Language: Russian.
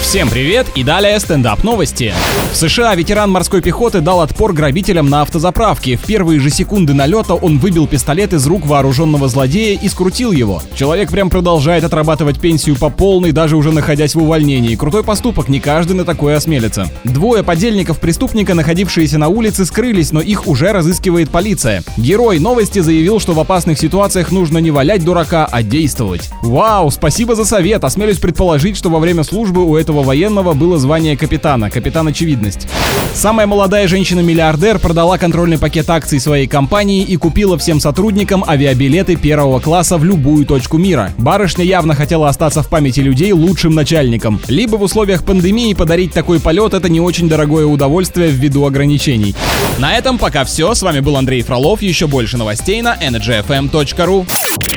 Всем привет и далее стендап новости. В США ветеран морской пехоты дал отпор грабителям на автозаправке. В первые же секунды налета он выбил пистолет из рук вооруженного злодея и скрутил его. Человек прям продолжает отрабатывать пенсию по полной, даже уже находясь в увольнении. Крутой поступок, не каждый на такое осмелится. Двое подельников преступника, находившиеся на улице, скрылись, но их уже разыскивает полиция. Герой новости заявил, что в опасных ситуациях нужно не валять дурака, а действовать. Вау, спасибо за совет. Осмелюсь предположить, что во время службы у этого военного было звание капитана. Капитан очевидность. Самая молодая женщина-миллиардер продала контрольный пакет акций своей компании и купила всем сотрудникам авиабилеты первого класса в любую точку мира. Барышня явно хотела остаться в памяти людей лучшим начальником. Либо в условиях пандемии подарить такой полет — это не очень дорогое удовольствие ввиду ограничений. На этом пока все. С вами был Андрей Фролов. Еще больше новостей на energyfm.ru.